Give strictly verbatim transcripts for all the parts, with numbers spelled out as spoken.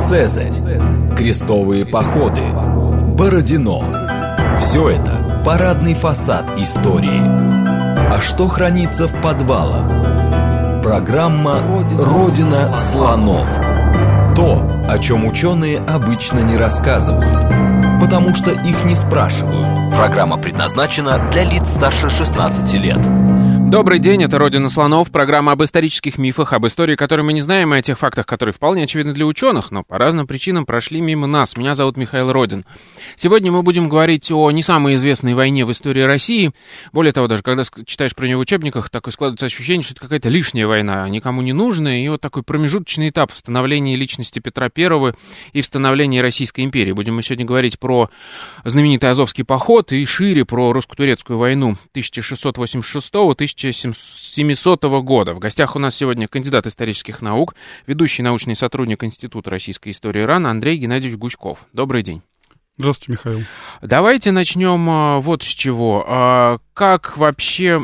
Цезарь, крестовые походы, Бородино. Все это парадный фасад истории. А что хранится в подвалах? Программа «Родина слонов». То, о чем ученые обычно не рассказывают, потому что их не спрашивают. Программа предназначена для лиц старше шестнадцати лет. Добрый день, это «Родина слонов», программа об исторических мифах, об истории, которые мы не знаем, и о тех фактах, которые вполне очевидны для ученых, но по разным причинам прошли мимо нас. Меня зовут Михаил Родин. Сегодня мы будем говорить о не самой известной войне в истории России. Более того, даже когда читаешь про нее в учебниках, такое складывается ощущение, что это какая-то лишняя война, никому не нужная, и вот такой промежуточный этап в становлении личности Петра Первого и в становлении Российской империи. Будем мы сегодня говорить про знаменитый Азовский поход и шире про русско-турецкую войну тысяча шестьсот восемьдесят шестого — тысяча семисотого года. В гостях у нас сегодня кандидат исторических наук, ведущий научный сотрудник Института российской истории РАН Андрей Геннадьевич Гуськов. Добрый день. Здравствуйте, Михаил. Давайте начнем а, вот с чего. А, как вообще...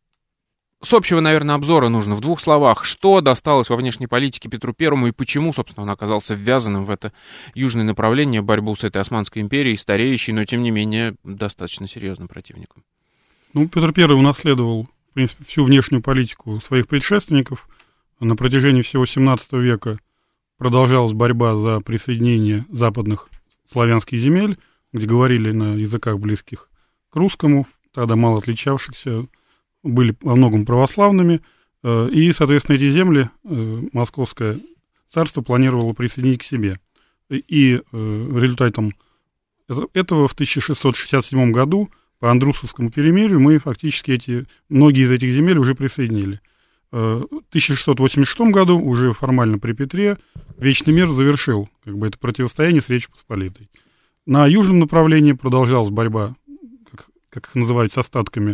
С общего, наверное, обзора нужно в двух словах. Что досталось во внешней политике Петру Первому и почему, собственно, он оказался ввязанным в это южное направление, борьбу с этой Османской империей, стареющей, но, тем не менее, достаточно серьезным противником? Ну, Петр Первый унаследовал, в принципе, всю внешнюю политику своих предшественников. На протяжении всего семнадцатого века продолжалась борьба за присоединение западных славянских земель, где говорили на языках близких к русскому, тогда мало отличавшихся, были во многом православными, и, соответственно, эти земли Московское царство планировало присоединить к себе. И результатом этого в тысяча шестьсот шестьдесят седьмом году по Андрусовскому перемирию мы фактически эти, многие из этих земель уже присоединили. В тысяча шестьсот восемьдесят шестом году, уже формально при Петре, Вечный мир завершил как бы, это противостояние с Речью Посполитой. На южном направлении продолжалась борьба, как, как их называют, с остатками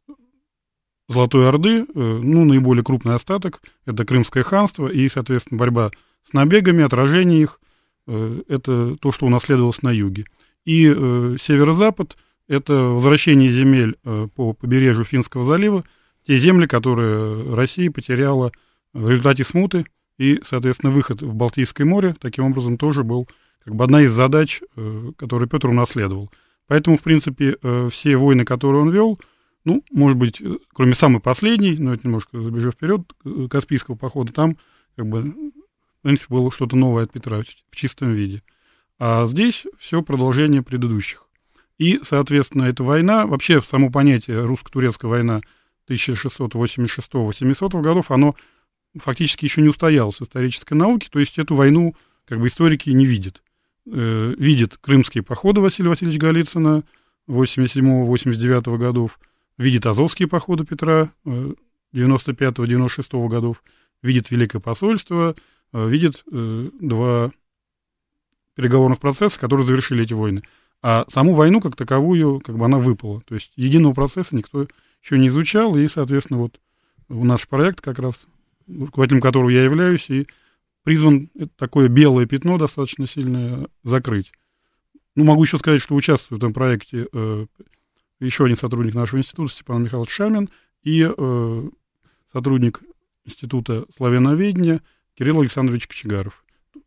Золотой Орды. Ну, наиболее крупный остаток — это Крымское ханство, и, соответственно, борьба с набегами, отражение их — это то, что унаследовалось на юге. И северо-запад — это возвращение земель по побережью Финского залива, те земли, которые Россия потеряла в результате смуты, и, соответственно, выход в Балтийское море, таким образом, тоже был как бы одна из задач, которую Петр унаследовал. Поэтому, в принципе, все войны, которые он вел, ну, может быть, кроме самой последней, но это немножко забежав вперед, Каспийского похода, там, как бы, в принципе, было что-то новое от Петра в чистом виде. А здесь все продолжение предыдущих. И, соответственно, эта война, вообще само понятие русско-турецкая война тысяча шестьсот восемьдесят шестого — семисотого годов, оно фактически еще не устоялось в исторической науке, то есть эту войну как бы историки не видят. Э, видят крымские походы Василия Васильевича Голицына восемьдесят седьмого — восемьдесят девятого годов, видит Азовские походы Петра девяносто пятого — девяносто шестого годов, видит Великое посольство, видит э, два переговорных процесса, которые завершили эти войны. А саму войну как таковую, как бы она выпала. То есть единого процесса никто еще не изучал, и, соответственно, вот наш проект как раз, руководителем которого я являюсь, и призван это такое белое пятно достаточно сильное закрыть. Ну, могу еще сказать, что участвует в этом проекте э, еще один сотрудник нашего института, Степан Михайлович Шамин, и э, сотрудник Института славяноведения Кирилл Александрович Кочегаров.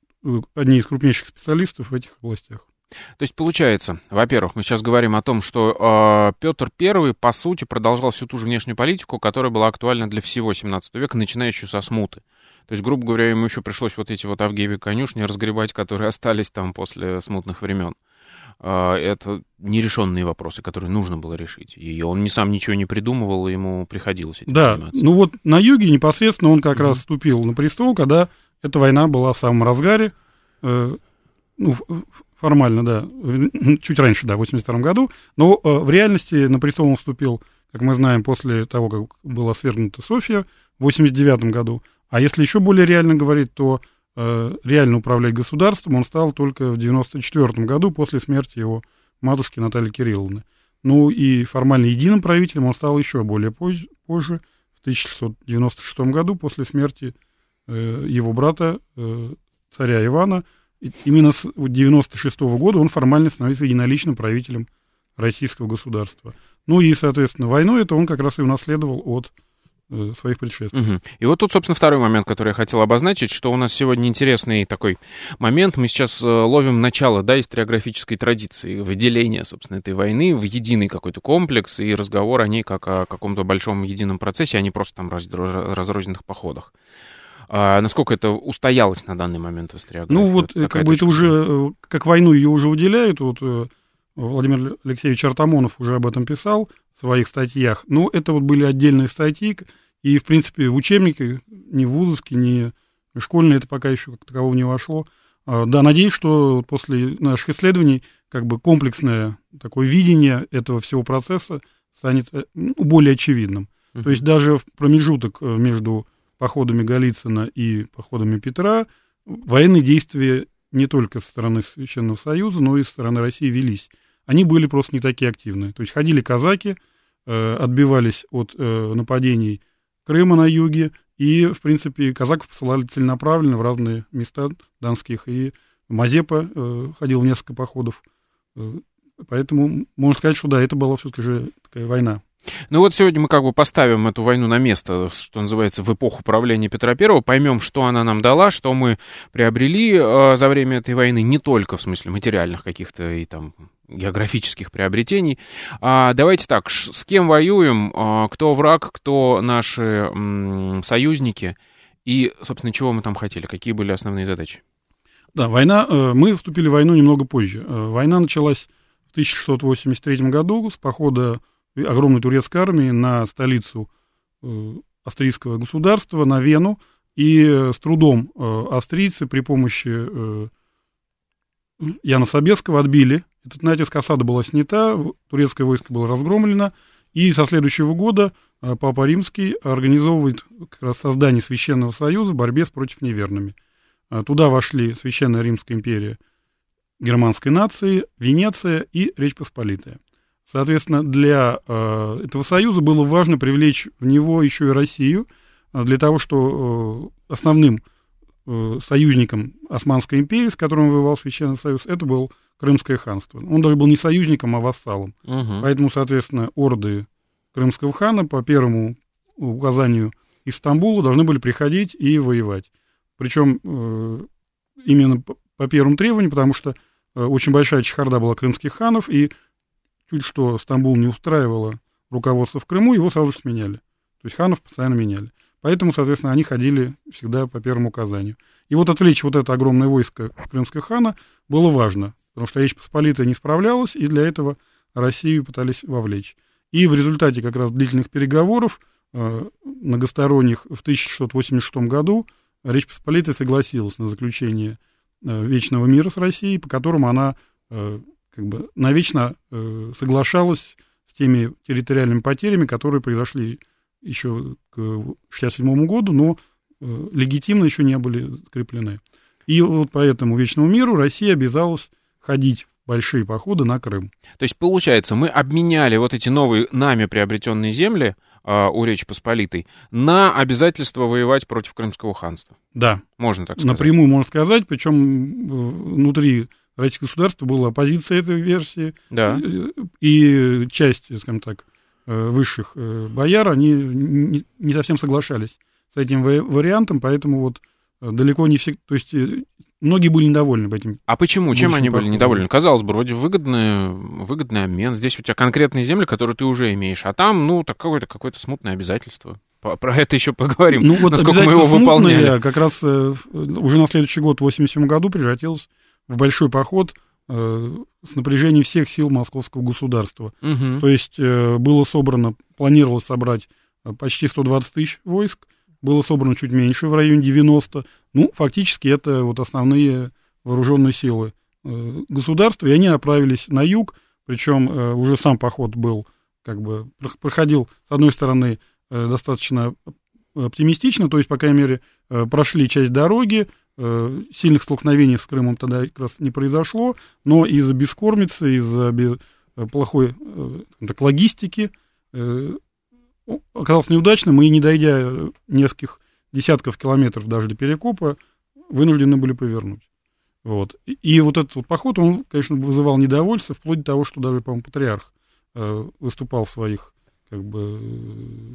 Одни из крупнейших специалистов в этих областях. То есть, получается, во-первых, мы сейчас говорим о том, что э, Петр Первый, по сути, продолжал всю ту же внешнюю политику, которая была актуальна для всего семнадцатого века, начиная еще со смуты. То есть, грубо говоря, ему еще пришлось вот эти вот Авгиевы конюшни разгребать, которые остались там после смутных времен. Э, это нерешенные вопросы, которые нужно было решить. И он не сам ничего не придумывал, и ему приходилось этим да, заниматься. Ну вот на юге непосредственно он как mm-hmm. раз вступил на престол, когда эта война была в самом разгаре. Э, ну, формально, да, чуть раньше, да, в восемьдесят втором году, но э, в реальности на престол он вступил, как мы знаем, после того, как была свергнута Софья в восемьдесят девятом году. А если еще более реально говорить, то э, реально управлять государством он стал только в девяносто четвёртом году, после смерти его матушки Натальи Кирилловны. Ну и формально единым правителем он стал еще более позже, позже в тысяча шестьсот девяносто шестом году, после смерти э, его брата, э, царя Ивана. Именно с девяносто шестого года он формально становится единоличным правителем российского государства. Ну и, соответственно, войну это он как раз и унаследовал от своих предшественников. Угу. И вот тут, собственно, второй момент, который я хотел обозначить, что у нас сегодня интересный такой момент. Мы сейчас ловим начало, да, историографической традиции, выделения, собственно, этой войны в единый какой-то комплекс и разговор о ней как о каком-то большом едином процессе, а не просто там разрозненных походах. А насколько это устоялось на данный момент в историографии? Ну вот, вот как бы это уже, как войну ее уже выделяют, вот Владимир Алексеевич Артамонов уже об этом писал в своих статьях, но это вот были отдельные статьи, и, в принципе, в учебнике, ни в вузовске, ни в школьные это пока еще как такового не вошло. Да, надеюсь, что после наших исследований как бы комплексное такое видение этого всего процесса станет ну, более очевидным. Uh-huh. То есть даже в промежуток между походами Голицына и походами Петра военные действия не только со стороны Священного Союза, но и со стороны России велись. Они были просто не такие активные. То есть ходили казаки, э, отбивались от э, нападений Крыма на юге, и, в принципе, казаков посылали целенаправленно в разные места донских, и Мазепа э, ходил в несколько походов. Э, поэтому можно сказать, что да, это была все-таки же такая война. Ну вот сегодня мы как бы поставим эту войну на место, что называется, в эпоху правления Петра Первого, поймем, что она нам дала, что мы приобрели э, за время этой войны, не только в смысле материальных каких-то и там географических приобретений. А давайте так, ш, с кем воюем, а, кто враг, кто наши м, союзники и, собственно, чего мы там хотели, какие были основные задачи? Да, война, э, мы вступили в войну немного позже. Э, война началась в тысяча шестьсот восемьдесят третьем году с похода огромной турецкой армии на столицу э, австрийского государства, на Вену, и э, с трудом э, австрийцы при помощи э, Яна Собесского отбили. Этот натиск, осада была снята, турецкое войско было разгромлено, и со следующего года э, Папа Римский организовывает как раз создание Священного Союза в борьбе с против неверными. Э, туда вошли Священная Римская империя германской нации, Венеция и Речь Посполитая. Соответственно, для э, этого союза было важно привлечь в него еще и Россию, э, для того, что э, основным э, союзником Османской империи, с которым воевал Священный Союз, это был Крымское ханство. Он даже был не союзником, а вассалом. Угу. Поэтому, соответственно, орды Крымского хана по первому указанию из Стамбула должны были приходить и воевать. Причем э, именно по, по первому требованию, потому что э, очень большая чехарда была крымских ханов, и чуть что Стамбул не устраивало руководство в Крыму, его сразу же сменяли. То есть ханов постоянно меняли. Поэтому, соответственно, они ходили всегда по первому указанию. И вот отвлечь вот это огромное войско крымского хана было важно, потому что Речь Посполитая не справлялась, и для этого Россию пытались вовлечь. И в результате как раз длительных переговоров э, многосторонних в тысяча шестьсот восемьдесят шестом году Речь Посполитая согласилась на заключение э, вечного мира с Россией, по которому она э, как бы навечно э, соглашалась с теми территориальными потерями, которые произошли еще к шестьдесят седьмому году, но э, легитимно еще не были закреплены. И вот по этому вечному миру Россия обязалась ходить в большие походы на Крым. То есть, получается, мы обменяли вот эти новые нами приобретенные земли э, у Речи Посполитой на обязательство воевать против Крымского ханства. Да. Можно так сказать. Напрямую можно сказать, причем внутри российского государства была оппозиция этой версии, да. И часть, скажем так, высших бояр, они не совсем соглашались с этим вариантом, поэтому вот далеко не все, то есть многие были недовольны этим. А почему? Чем они были недовольны? Казалось бы, вроде выгодный, выгодный обмен, здесь у тебя конкретные земли, которые ты уже имеешь, а там, ну, так какое-то, какое-то смутное объединство. Про это еще поговорим, ну, вот насколько мы его выполняли. Как раз уже на следующий год, в восемьдесят седьмом году, превратилось в большой поход э, с напряжением всех сил московского государства. Угу. То есть э, было собрано, планировалось собрать почти сто двадцать тысяч войск, было собрано чуть меньше, в районе девяноста. Ну, фактически это вот основные вооруженные силы э, государства, и они отправились на юг, причем э, уже сам поход был, как бы, проходил, с одной стороны, э, достаточно оптимистично, то есть, по крайней мере, э, прошли часть дороги, сильных столкновений с Крымом тогда как раз не произошло, но из-за бескормицы, из-за плохой так, логистики оказалось неудачным, и, не дойдя нескольких десятков километров даже до Перекопа, вынуждены были повернуть. Вот. И, и вот этот вот поход, он, конечно, вызывал недовольство, вплоть до того, что даже, по-моему, патриарх выступал в своих как бы,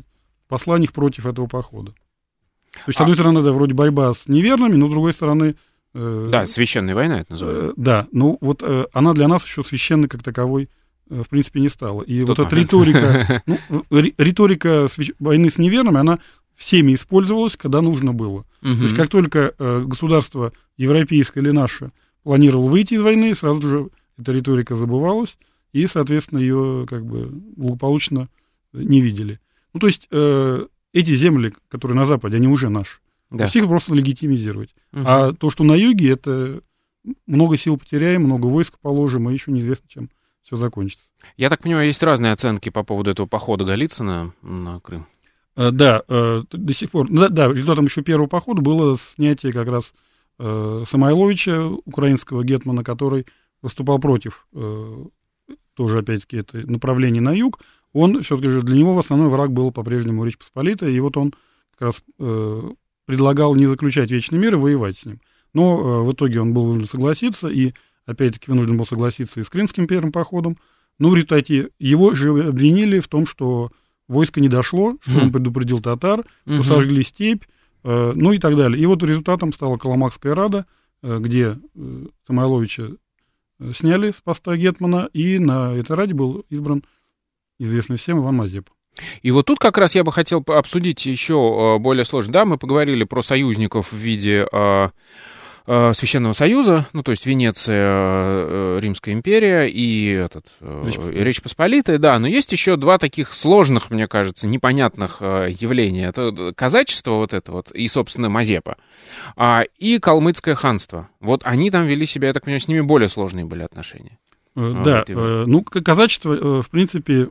посланиях против этого похода. То есть, с одной а... стороны, да, вроде борьба с неверными, но с другой стороны... Э, да, священная война это называется. Э, да, ну вот э, она для нас еще священной как таковой э, в принципе не стала. И вот эта риторика, ну, риторика войны с неверными, она всеми использовалась, когда нужно было. То есть, как только э, государство европейское или наше планировало выйти из войны, сразу же эта риторика забывалась, и, соответственно, ее как бы благополучно не видели. Ну, то есть, э, эти земли, которые на Западе, они уже наши. Да. То есть, их просто легитимизировать. Угу. А то, что на юге, это много сил потеряем, много войск положим, и еще неизвестно, чем все закончится. Я так понимаю, есть разные оценки по поводу этого похода Голицына на Крым. Э, да, э, до сих пор. Да, да, результатом еще первого похода было снятие как раз э, Самойловича, украинского гетмана, который выступал против, э, тоже, опять-таки, это направление на юг. Он, все-таки же для него основной враг был по-прежнему Речь Посполитая, и вот он как раз э, предлагал не заключать вечный мир и воевать с ним. Но э, в итоге он был вынужден согласиться, и, опять-таки, вынужден был согласиться и с Крымским первым походом. Но в результате его же обвинили в том, что войско не дошло, что он предупредил татар, что сожгли степь, э, ну и так далее. И вот результатом стала Коломакская рада, э, где э, Самойловича сняли с поста гетмана, и на этой раде был избран известный всем Иван Мазепа. И вот тут как раз я бы хотел обсудить еще более сложно. Да, мы поговорили про союзников в виде э, э, Священного Союза, ну, то есть Венеция, э, Римская империя и этот, э, Речь, Речь Посполитая, да, но есть еще два таких сложных, мне кажется, непонятных э, явления. Это казачество вот это вот и, собственно, Мазепа, а, и Калмыцкое ханство. Вот они там вели себя, я так понимаю, с ними более сложные были отношения. Да, э, ну, казачество, э, в принципе,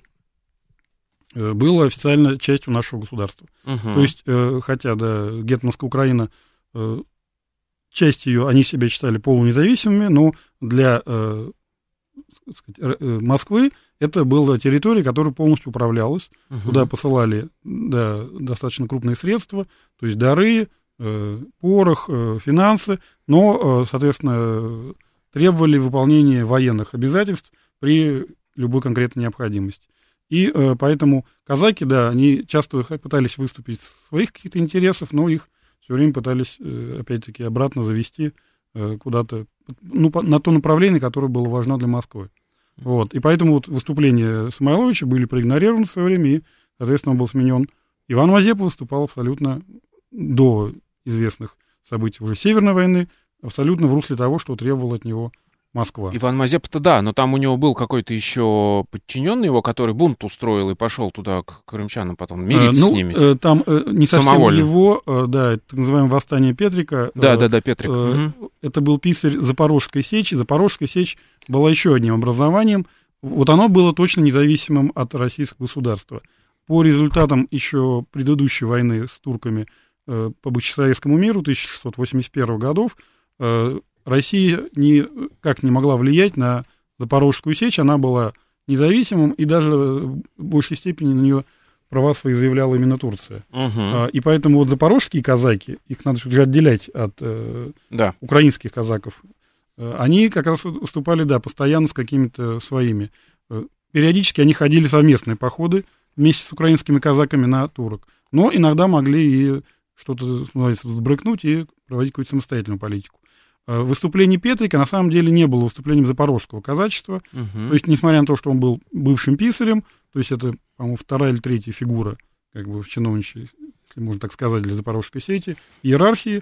э, было официально частью нашего государства. Uh-huh. То есть, э, хотя, да, гетманская Украина, э, часть ее, они себя считали полунезависимыми, но для э, сказать, э, Москвы это была территория, которая полностью управлялась, uh-huh. Куда посылали, да, достаточно крупные средства, то есть дары, э, порох, э, финансы, но, э, соответственно, требовали выполнения военных обязательств при любой конкретной необходимости. И э, поэтому казаки, да, они часто пытались выступить с своих каких-то интересов, но их все время пытались, э, опять-таки, обратно завести э, куда-то, ну, по, на то направление, которое было важно для Москвы. Вот. И поэтому вот выступления Самойловича были проигнорированы в свое время, и, соответственно, он был сменен. Иван Мазепа выступал абсолютно до известных событий уже Северной войны, абсолютно в русле того, что требовала от него Москва. Иван Мазепа-то да, но там у него был какой-то еще подчиненный его, который бунт устроил и пошел туда к крымчанам потом мириться а, ну, с ними. Там не совсем Самовольно. Его, да, так называемое восстание Петрика. Да, да, да, Петрик. Угу. Это был писарь Запорожской сечи. Запорожская сечь была еще одним образованием. Вот оно было точно независимым от российского государства. По результатам еще предыдущей войны с турками по Бахчисарайскому миру тысяча шестьсот восемьдесят первых годов Россия никак не могла влиять на Запорожскую сечь, она была независимым, и даже в большей степени на нее права свои заявляла именно Турция. Uh-huh. И поэтому вот запорожские казаки, их надо все-таки отделять от э, да. украинских казаков, они как раз выступали, да, постоянно с какими-то своими. Периодически они ходили в совместные походы вместе с украинскими казаками на турок, но иногда могли и что-то взбрыкнуть и проводить какую-то самостоятельную политику. Выступление Петрика на самом деле не было выступлением запорожского казачества. Uh-huh. То есть, несмотря на то, что он был бывшим писарем, то есть это, по-моему, вторая или третья фигура, как бы в чиновничьей, если можно так сказать, для запорожской сети, иерархии,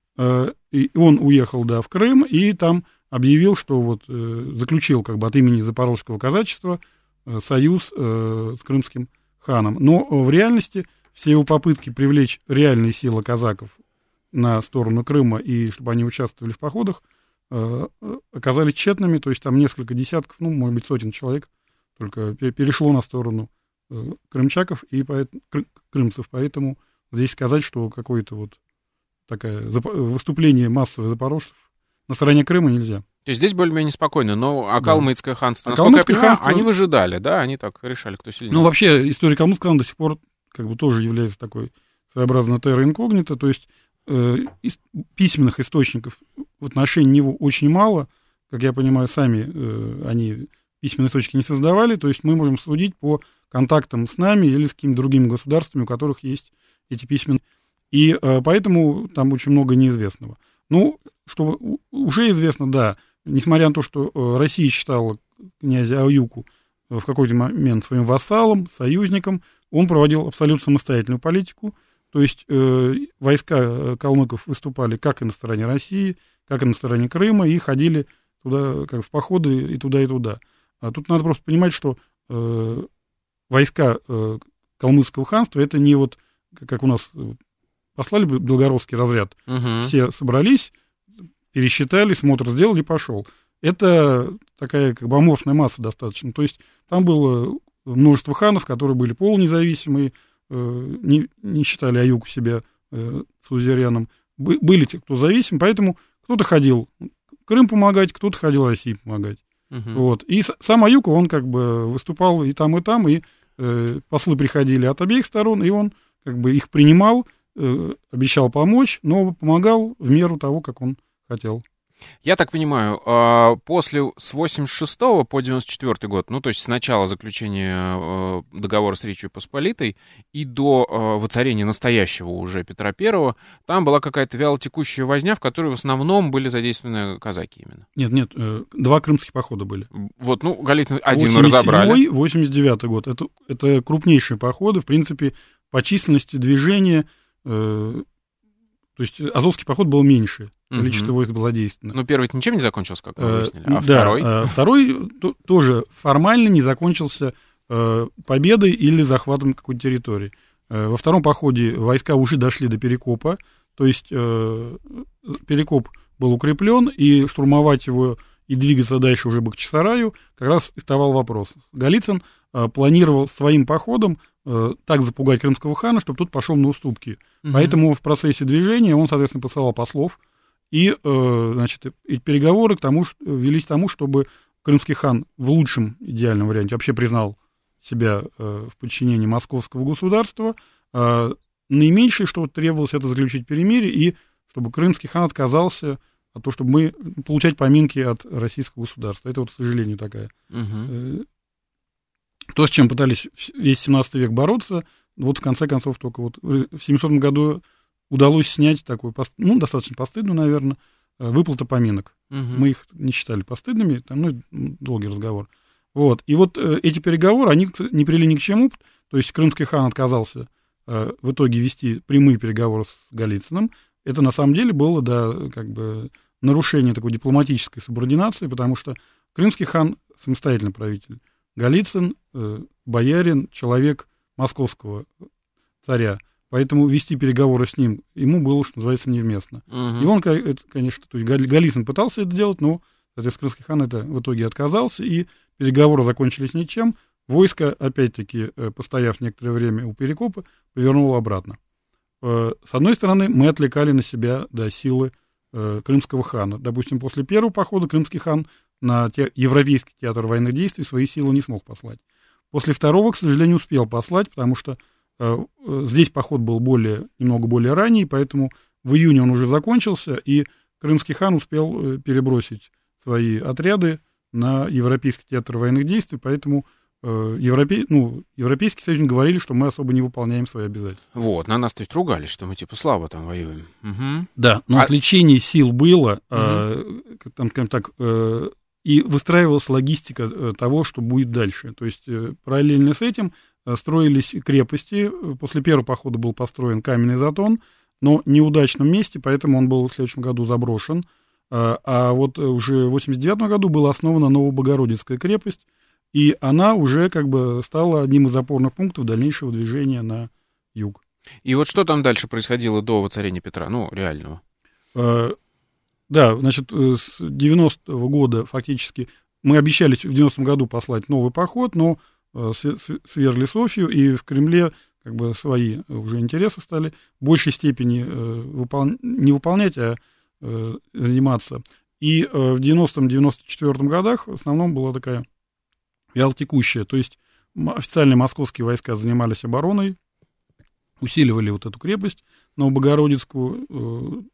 и он уехал, да, в Крым, и там объявил, что вот заключил как бы от имени запорожского казачества союз с крымским ханом. Но в реальности все его попытки привлечь реальные силы казаков на сторону Крыма, и чтобы они участвовали в походах, э, оказались тщетными, то есть там несколько десятков, ну, может быть, сотен человек только перешло на сторону э, крымчаков и поэтому, крымцев, поэтому здесь сказать, что какое-то вот такое выступление массовое запорожцев на стороне Крыма нельзя. То есть здесь более-менее спокойно, но а Калмыцкое ханство, а насколько я понимаю, ханство... они выжидали, да, они так решали, кто сильнее. Ну, вообще, история Калмыцкого ханства до сих пор как бы тоже является такой своеобразной терра инкогнито, то есть из письменных источников в отношении него очень мало, как я понимаю, сами э, они письменные источники не создавали, то есть мы можем судить по контактам с нами или с какими-то другими государствами, у которых есть эти письменные. И э, поэтому там очень много неизвестного. Ну, что уже известно, да, несмотря на то, что э, Россия считала князя Аюку в какой-то момент своим вассалом, союзником, он проводил абсолютно самостоятельную политику, то есть э, войска калмыков выступали как и на стороне России, как и на стороне Крыма, и ходили туда, как в походы и туда, и туда. А тут надо просто понимать, что э, войска э, калмыцкого ханства, это не вот, как у нас послали белгородский разряд, uh-huh. все собрались, пересчитали, смотр сделали, пошел. Это такая как бы аморфная масса достаточно. То есть там было множество ханов, которые были полунезависимые, э, не, не считали Аюку себя э, сузереном. Бы, были те, кто зависим, поэтому кто-то ходил Крым помогать, кто-то ходил России помогать. Uh-huh. Вот. И сам Аюка, он как бы выступал и там, и там, и э, послы приходили от обеих сторон, и он как бы их принимал, э, обещал помочь, но помогал в меру того, как он хотел. Я так понимаю, после с восемьдесят шестого по девяносто четвёртый год, ну, то есть с начала заключения договора с Речью Посполитой и до воцарения настоящего уже Петра Первого, там была какая-то вялотекущая возня, в которой в основном были задействованы казаки именно. Нет, нет, два крымских похода были. Вот, ну, Голицын один мы разобрали. восемьдесят девятый год, это, это крупнейшие походы, в принципе, по численности движения, э, то есть Азовский поход был меньше. Количество войск было задействовано. Но первый ничем не закончился, как вы выяснили, а да, второй? Второй то, тоже формально не закончился э, победой или захватом какой-то территории. Э, во втором походе войска уже дошли до Перекопа, то есть э, Перекоп был укреплен, и штурмовать его и двигаться дальше уже к Часараю как раз и вставал вопрос. Голицын э, планировал своим походом э, так запугать крымского хана, чтобы тот пошел на уступки. Угу. Поэтому в процессе движения он, соответственно, посылал послов, и, э, значит, и переговоры к тому, велись к тому, чтобы крымский хан в лучшем идеальном варианте вообще признал себя э, в подчинении московского государства. Э, наименьшее, что требовалось, это заключить перемирие, и чтобы крымский хан отказался от того, чтобы мы получать поминки от российского государства. Это вот, к сожалению, такая. Uh-huh. То, с чем пытались весь семнадцатый век бороться, вот в конце концов только вот в семисотом году удалось снять такую, ну, достаточно постыдную, наверное, выплату поминок. Uh-huh. Мы их не считали постыдными, там, ну, долгий разговор. Вот. И вот э, эти переговоры, они не привели ни к чему, то есть крымский хан отказался э, в итоге вести прямые переговоры с Голицыным. Это на самом деле было, да, как бы нарушение такой дипломатической субординации, потому что крымский хан самостоятельный правитель. Голицын, э, боярин, человек московского царя. Поэтому вести переговоры с ним ему было, что называется, невместно. Uh-huh. И он, конечно, то есть Голицын пытался это делать, но, соответственно, крымский хан это в итоге отказался, и переговоры закончились ничем. Войско, опять-таки, постояв некоторое время у Перекопа, повернуло обратно. С одной стороны, мы отвлекали на себя, да, силы крымского хана. Допустим, после первого похода крымский хан на те, Европейский театр военных действий свои силы не смог послать. После второго, к сожалению, успел послать, потому что здесь поход был более, немного более ранний, поэтому в июне он уже закончился, и крымский хан успел перебросить свои отряды на Европейский театр военных действий, поэтому э, европе... ну, Европейский Союз говорили, что мы особо не выполняем свои обязательства. Вот, на нас, то есть, ругались, что мы типа слабо там воюем. Угу. Да, но а... отвлечение сил было, угу. э, там, скажем так, э, и выстраивалась логистика того, что будет дальше. То есть э, параллельно с этим строились крепости. После первого похода был построен каменный затон, но в неудачном месте, поэтому он был в следующем году заброшен. А вот уже в восемьдесят девятом году была основана Новобогородицкая крепость, и она уже как бы стала одним из опорных пунктов дальнейшего движения на юг. И вот что там дальше происходило до воцарения Петра, ну, реального? Да, значит, с девяностого года фактически мы обещали в девяностом году послать новый поход, но свергли Софью, и в Кремле как бы свои уже интересы стали в большей степени выпол... не выполнять, а заниматься. И в девяностом — девяносто четвёртом годах в основном была такая вялотекущая, то есть официальные московские войска занимались обороной, усиливали вот эту крепость Новобогородицкую,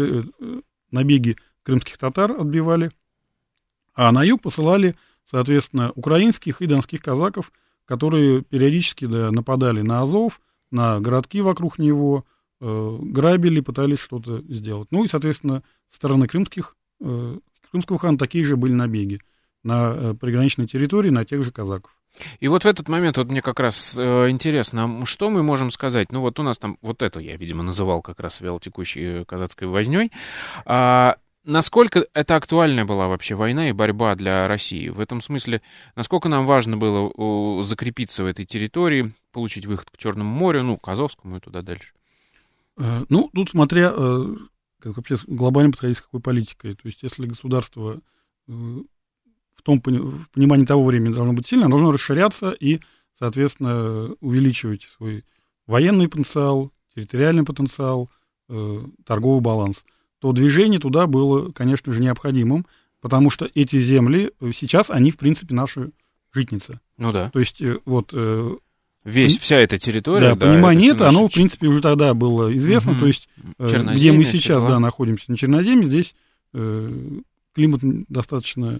набеги крымских татар отбивали, а на юг посылали, соответственно, украинских и донских казаков, которые периодически да, нападали на Азов, на городки вокруг него, э, грабили, пытались что-то сделать. Ну и, соответственно, со стороны крымских, э, крымского хана такие же были набеги на э, приграничной территории, на тех же казаков. И вот в этот момент вот мне как раз э, интересно, что мы можем сказать? Ну вот у нас там, вот это я, видимо, называл как раз вялотекущей казацкой вознёй. А, насколько это актуальная была вообще война и борьба для России? В этом смысле, насколько нам важно было о, закрепиться в этой территории, получить выход к Черному морю, ну, к Азовскому и туда дальше? Э, ну, тут смотря, э, как вообще глобально подходить с какой политикой. То есть если государство... Э, в том в понимании того времени должно быть сильно, должно расширяться и, соответственно, увеличивать свой военный потенциал, территориальный потенциал, э, торговый баланс, то движение туда было, конечно же, необходимым, потому что эти земли сейчас, они, в принципе, наши житницы. Ну да. То есть, э, вот... Э, Весь, вся эта территория, да, да, понимание это, оно, в принципе, уже тогда было известно, угу. То есть, э, где мы сейчас, да, находимся, на Черноземье, здесь э, климат достаточно...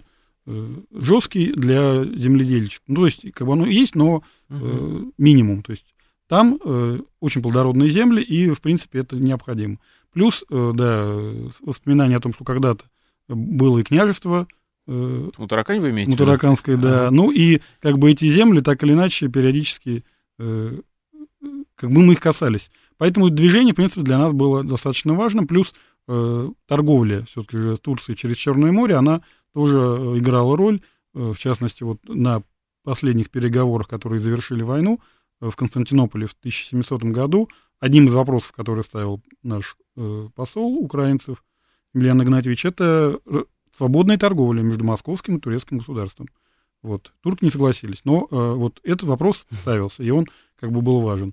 жесткий для земледельщиков. Ну, то есть, как бы оно есть, но э, uh-huh. минимум. То есть, там э, очень плодородные земли, и, в принципе, это необходимо. Плюс, э, да, воспоминания о том, что когда-то было и княжество... Э, Мутаракань вы имеете? Мутараканское, да. Uh-huh. Ну, и, как бы, эти земли, так или иначе, периодически, э, как бы, мы их касались. Поэтому движение, в принципе, для нас было достаточно важно. Плюс э, торговля, все-таки, с Турцией через Черное море, она тоже играла роль, в частности, вот на последних переговорах, которые завершили войну в Константинополе в тысяча семисотом году. Одним из вопросов, который ставил наш посол украинцев Емельян Игнатьевич, это свободная торговля между московским и турецким государством. Вот. Турки не согласились, но вот этот вопрос ставился, и он как бы был важен.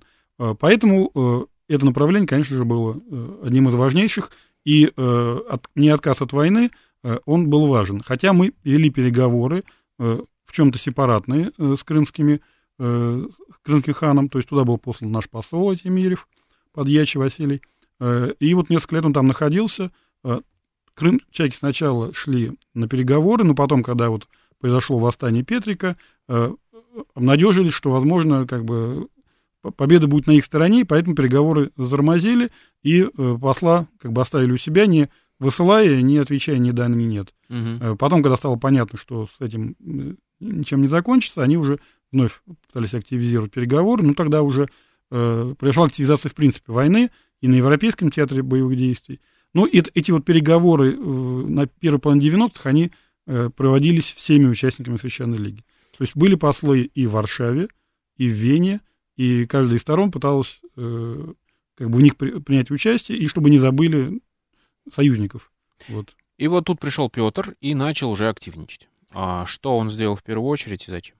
Поэтому это направление, конечно же, было одним из важнейших, и от, не отказ от войны он был важен. Хотя мы вели переговоры, э, в чем-то сепаратные, э, с крымскими, э, крымским ханом, то есть туда был послан наш посол Тимирев, подьячий Василий, э, и вот несколько лет он там находился. Э, крымчаки сначала шли на переговоры, но потом, когда вот произошло восстание Петрика, э, обнадежились, что, возможно, как бы победа будет на их стороне, и поэтому переговоры затормозили, и э, посла как бы оставили у себя, не высылая, не отвечая ни да, ни нет. Uh-huh. Потом, когда стало понятно, что с этим ничем не закончится, они уже вновь пытались активизировать переговоры, но тогда уже э, произошла активизация, в принципе, войны и на Европейском театре боевых действий. Ну, и эти вот переговоры э, на первой половине девяностых, они э, проводились всеми участниками Священной Лиги. То есть были послы и в Варшаве, и в Вене, и каждая из сторон пыталась э, как бы в них при, принять участие, и чтобы не забыли союзников. Вот. И вот тут пришел Петр и начал уже активничать. А что он сделал в первую очередь и зачем?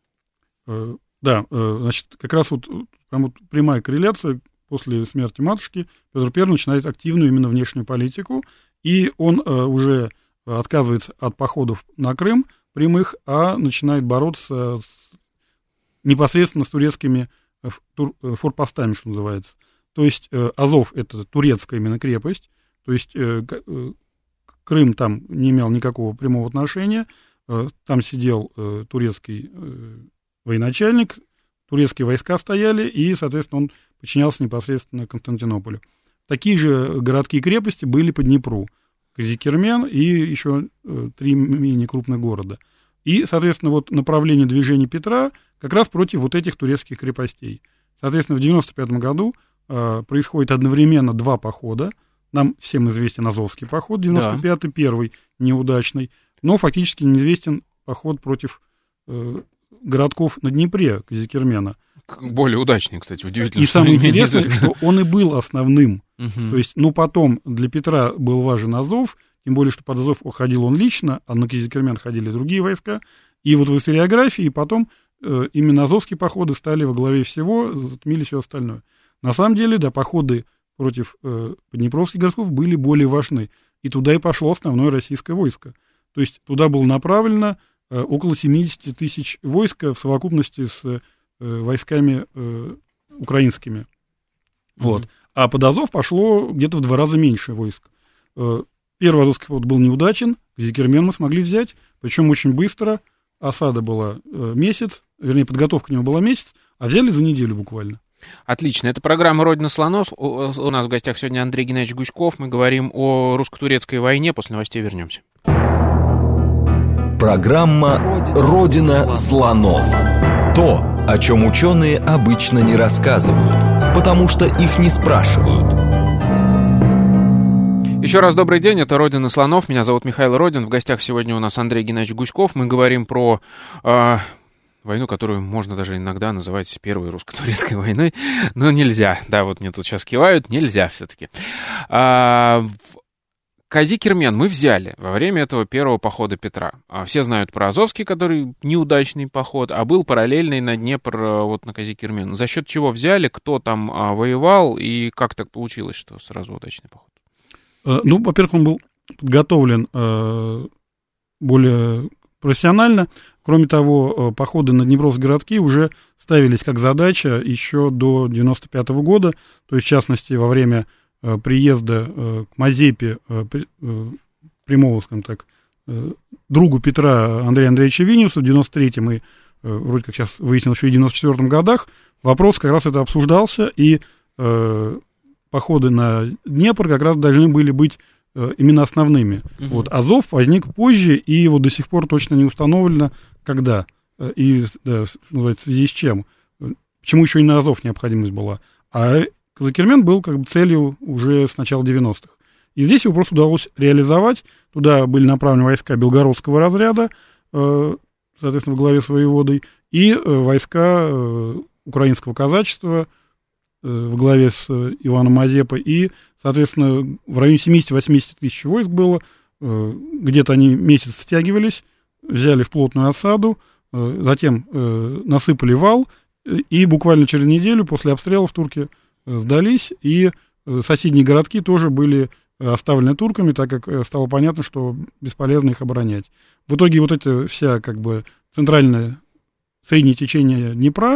Э, да, э, значит, как раз вот, прям вот прямая корреляция. После смерти матушки Петр Первый начинает активную именно внешнюю политику, и он э, уже отказывается от походов на Крым прямых, а начинает бороться с, непосредственно с турецкими э, тур, э, форпостами, что называется. То есть э, Азов — это турецкая именно крепость, то есть э, э, Крым там не имел никакого прямого отношения, э, там сидел э, турецкий э, военачальник, турецкие войска стояли, и, соответственно, он подчинялся непосредственно Константинополю. Такие же городки и крепости были по Днепру, Казикермен и еще э, три менее крупных города. И, соответственно, вот направление движения Петра как раз против вот этих турецких крепостей. Соответственно, в девяносто пятом году э, происходит одновременно два похода. Нам всем известен Азовский поход, девяносто пятый, да. Первый неудачный, но фактически неизвестен поход против э, городков на Днепре, Казикермена. Более удачный, кстати, удивительно. И самое интересное, что он и был основным. Uh-huh. То есть, ну, потом для Петра был важен Азов, тем более, что под Азов ходил он лично, а на Казикермен ходили другие войска. И вот в историографии потом э, именно азовские походы стали во главе всего, затмили все остальное. На самом деле, да, походы против э, поднепровских городков были более важны. И туда и пошло основное российское войско. То есть туда было направлено э, около семьдесят тысяч войск в совокупности с э, войсками э, украинскими. Mm-hmm. Вот. А под Азов пошло где-то в два раза меньше войск. Э, первый азовский поход был неудачен, Казикермен мы смогли взять, причем очень быстро. осада была месяц, вернее, подготовка к нему была месяц, а взяли за неделю буквально. Отлично. Это программа «Родина слонов». У нас в гостях сегодня Андрей Геннадьевич Гуськов. Мы говорим о русско-турецкой войне. После новостей вернемся. Программа «Родина слонов». То, о чем ученые обычно не рассказывают, потому что их не спрашивают. Еще раз добрый день, это «Родина слонов». Меня зовут Михаил Родин. В гостях сегодня у нас Андрей Геннадьевич Гуськов. Мы говорим про... Э, войну, которую можно даже иногда называть первой русско-турецкой войной, но нельзя. Да, вот мне тут сейчас кивают, нельзя все-таки. А, Кази-Кермен мы взяли во время этого первого похода Петра. Все знают про Азовский, который неудачный поход, а был параллельный на Днепр, вот на Кази-Кермен. За счет чего взяли, кто там воевал и как так получилось, что сразу удачный поход? Ну, во-первых, он был подготовлен э, более профессионально. Кроме того, походы на Днепровские городки уже ставились как задача еще до девяносто пятого года, то есть, в частности, во время э, приезда э, к Мазепе, э, при, э, прямого, скажем так, э, другу Петра Андрея Андреевича Виниуса в девяносто третьем и, э, вроде как сейчас выяснилось, еще и в девяносто четвёртом годах, вопрос как раз это обсуждался, и э, походы на Днепр как раз должны были быть именно основными. Uh-huh. Вот, Азов возник позже, и вот до сих пор точно не установлено, когда и да, в связи с чем. Почему еще и на Азов необходимость была. А Кази-Кермен был как бы целью уже с начала девяностых. И здесь его просто удалось реализовать. Туда были направлены войска Белгородского разряда, соответственно, во главе с воеводой, и войска украинского казачества во главе с Иваном Мазепой, и, соответственно, в районе семьдесят-восемьдесят тысяч войск было, где-то они месяц стягивались, взяли в плотную осаду, затем насыпали вал, и буквально через неделю после обстрелов турки сдались, и соседние городки тоже были оставлены турками, так как стало понятно, что бесполезно их оборонять. В итоге вот эта вся, как бы, центральное среднее течение Днепра,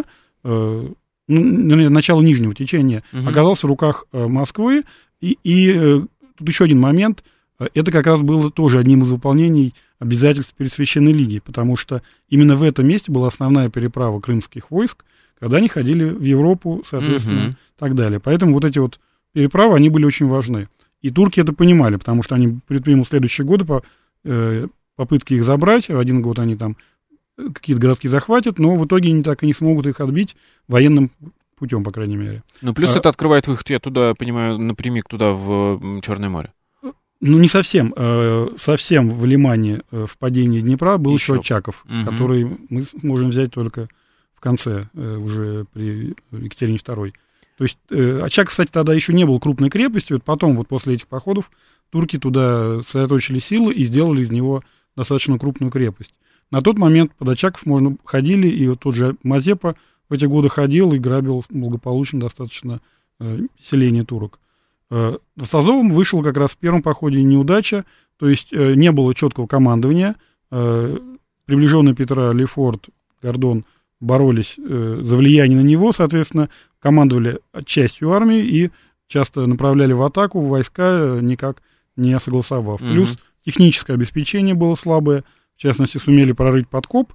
ну, начало нижнего течения, uh-huh. оказалось в руках э, Москвы, и, и э, тут еще один момент, это как раз было тоже одним из выполнений обязательств перед Священной Лигой, потому что именно в этом месте была основная переправа крымских войск, когда они ходили в Европу, соответственно, uh-huh. и так далее. Поэтому вот эти вот переправы, они были очень важны. И турки это понимали, потому что они предпримут в следующие годы по, э, попытки их забрать, в один год они там какие-то городки захватят, но в итоге они так и не смогут их отбить военным путем, по крайней мере. Ну, плюс а, это открывает выход, я туда, понимаю, напрямик туда, в Черное море. Ну, не совсем. Совсем в лимане впадения Днепра был еще, еще Очаков, угу. который мы можем взять только в конце, уже при Екатерине второй. То есть Очаков, кстати, тогда еще не был крупной крепостью, потом, вот после этих походов, турки туда сосредоточили силы и сделали из него достаточно крупную крепость. На тот момент под Очаков можно ходили, и вот тот же Мазепа в эти годы ходил и грабил благополучно достаточно э, селение турок. Э, с Азовом вышел как раз в первом походе неудача, то есть э, не было четкого командования. Э, приближенные Петра Лефорт, Гордон боролись э, за влияние на него, соответственно, командовали частью армии и часто направляли в атаку войска, никак не согласовав. Mm-hmm. Плюс техническое обеспечение было слабое. В частности, сумели прорыть подкоп,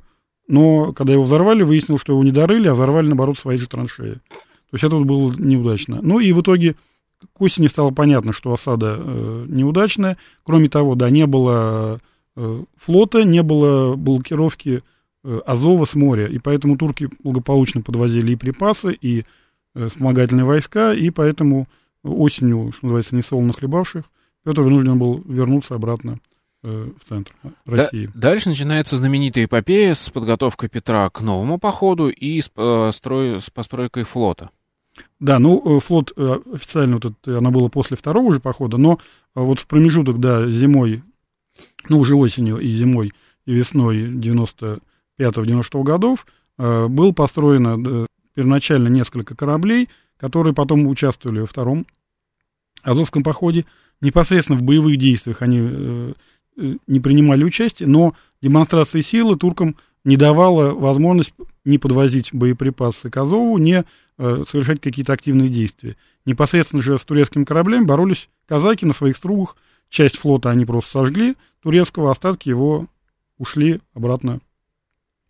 но когда его взорвали, выяснилось, что его не дорыли, а взорвали, наоборот, свои же траншеи. То есть это вот было неудачно. Ну и в итоге к осени стало понятно, что осада э, неудачная. Кроме того, да, не было э, флота, не было блокировки э, Азова с моря, и поэтому турки благополучно подвозили и припасы, и э, вспомогательные войска, и поэтому осенью, что называется, несолоно хлебавших, Петр вынужден был вернуться обратно в центр России. Да, дальше начинается знаменитая эпопея с подготовкой Петра к новому походу и с, э, строй, с постройкой флота. Да, ну, флот официально, вот это, она была после второго же похода, но вот в промежуток, да, зимой, ну, уже осенью и зимой, и весной девяносто пятого — девяносто шестого годов э, было построено э, первоначально несколько кораблей, которые потом участвовали во втором Азовском походе. Непосредственно в боевых действиях они э, не принимали участие, но демонстрация силы туркам не давала возможность не подвозить боеприпасы к Азову, не э, совершать какие-то активные действия. Непосредственно же с турецкими кораблями боролись казаки на своих стругах. Часть флота они просто сожгли турецкого, остатки его ушли обратно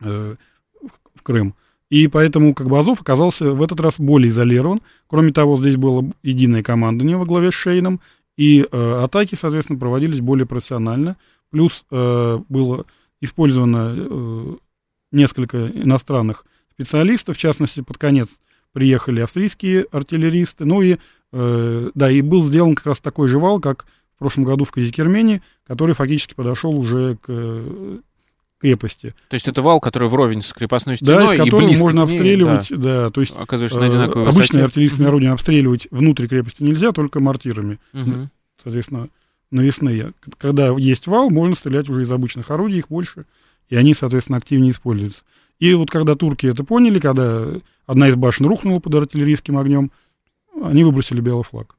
э, в Крым. И поэтому как бы Азов оказался в этот раз более изолирован. Кроме того, здесь было единое командование во главе с Шейном, и э, атаки, соответственно, проводились более профессионально. Плюс э, было использовано э, несколько иностранных специалистов, в частности, под конец приехали австрийские артиллеристы, ну и, э, да, и был сделан как раз такой же вал, как в прошлом году в Казикермене, который фактически подошел уже к э, крепости. То есть это вал, который вровень с крепостной стеной, да, из и которого близко можно к ней, обстреливать, да, да, то есть оказываешься на одинаковой э, высоте. Обычное артиллерийское орудие обстреливать внутрь крепости нельзя, только мортирами, угу. соответственно, навесные. Когда есть вал, можно стрелять уже из обычных орудий, их больше, и они, соответственно, активнее используются. И вот когда турки это поняли, когда одна из башен рухнула под артиллерийским огнем, они выбросили белый флаг.